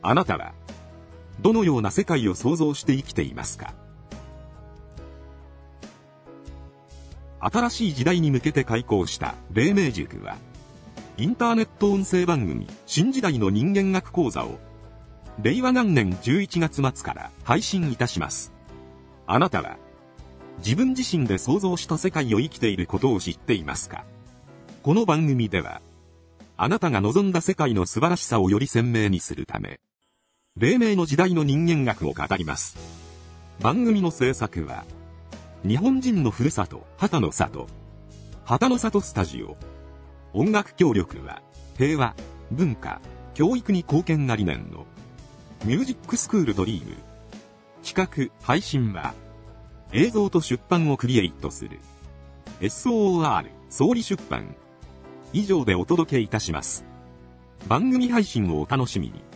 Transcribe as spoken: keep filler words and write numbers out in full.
あなたは、どのような世界を想像して生きていますか？新しい時代に向けて開講した黎明塾は、インターネット音声番組新時代の人間学講座を、令和元年じゅういちがつ末から配信いたします。あなたは、自分自身で想像した世界を生きていることを知っていますか？この番組では、あなたが望んだ世界の素晴らしさをより鮮明にするため、黎明の時代の人間学を語ります。番組の制作は、日本人のふるさと、畑の里、畑の里スタジオ。音楽協力は、平和、文化、教育に貢献が理念の、ミュージックスクールドリーム。企画、配信は、映像と出版をクリエイトする。エスオーアール、総理出版。以上でお届けいたします。番組配信をお楽しみに。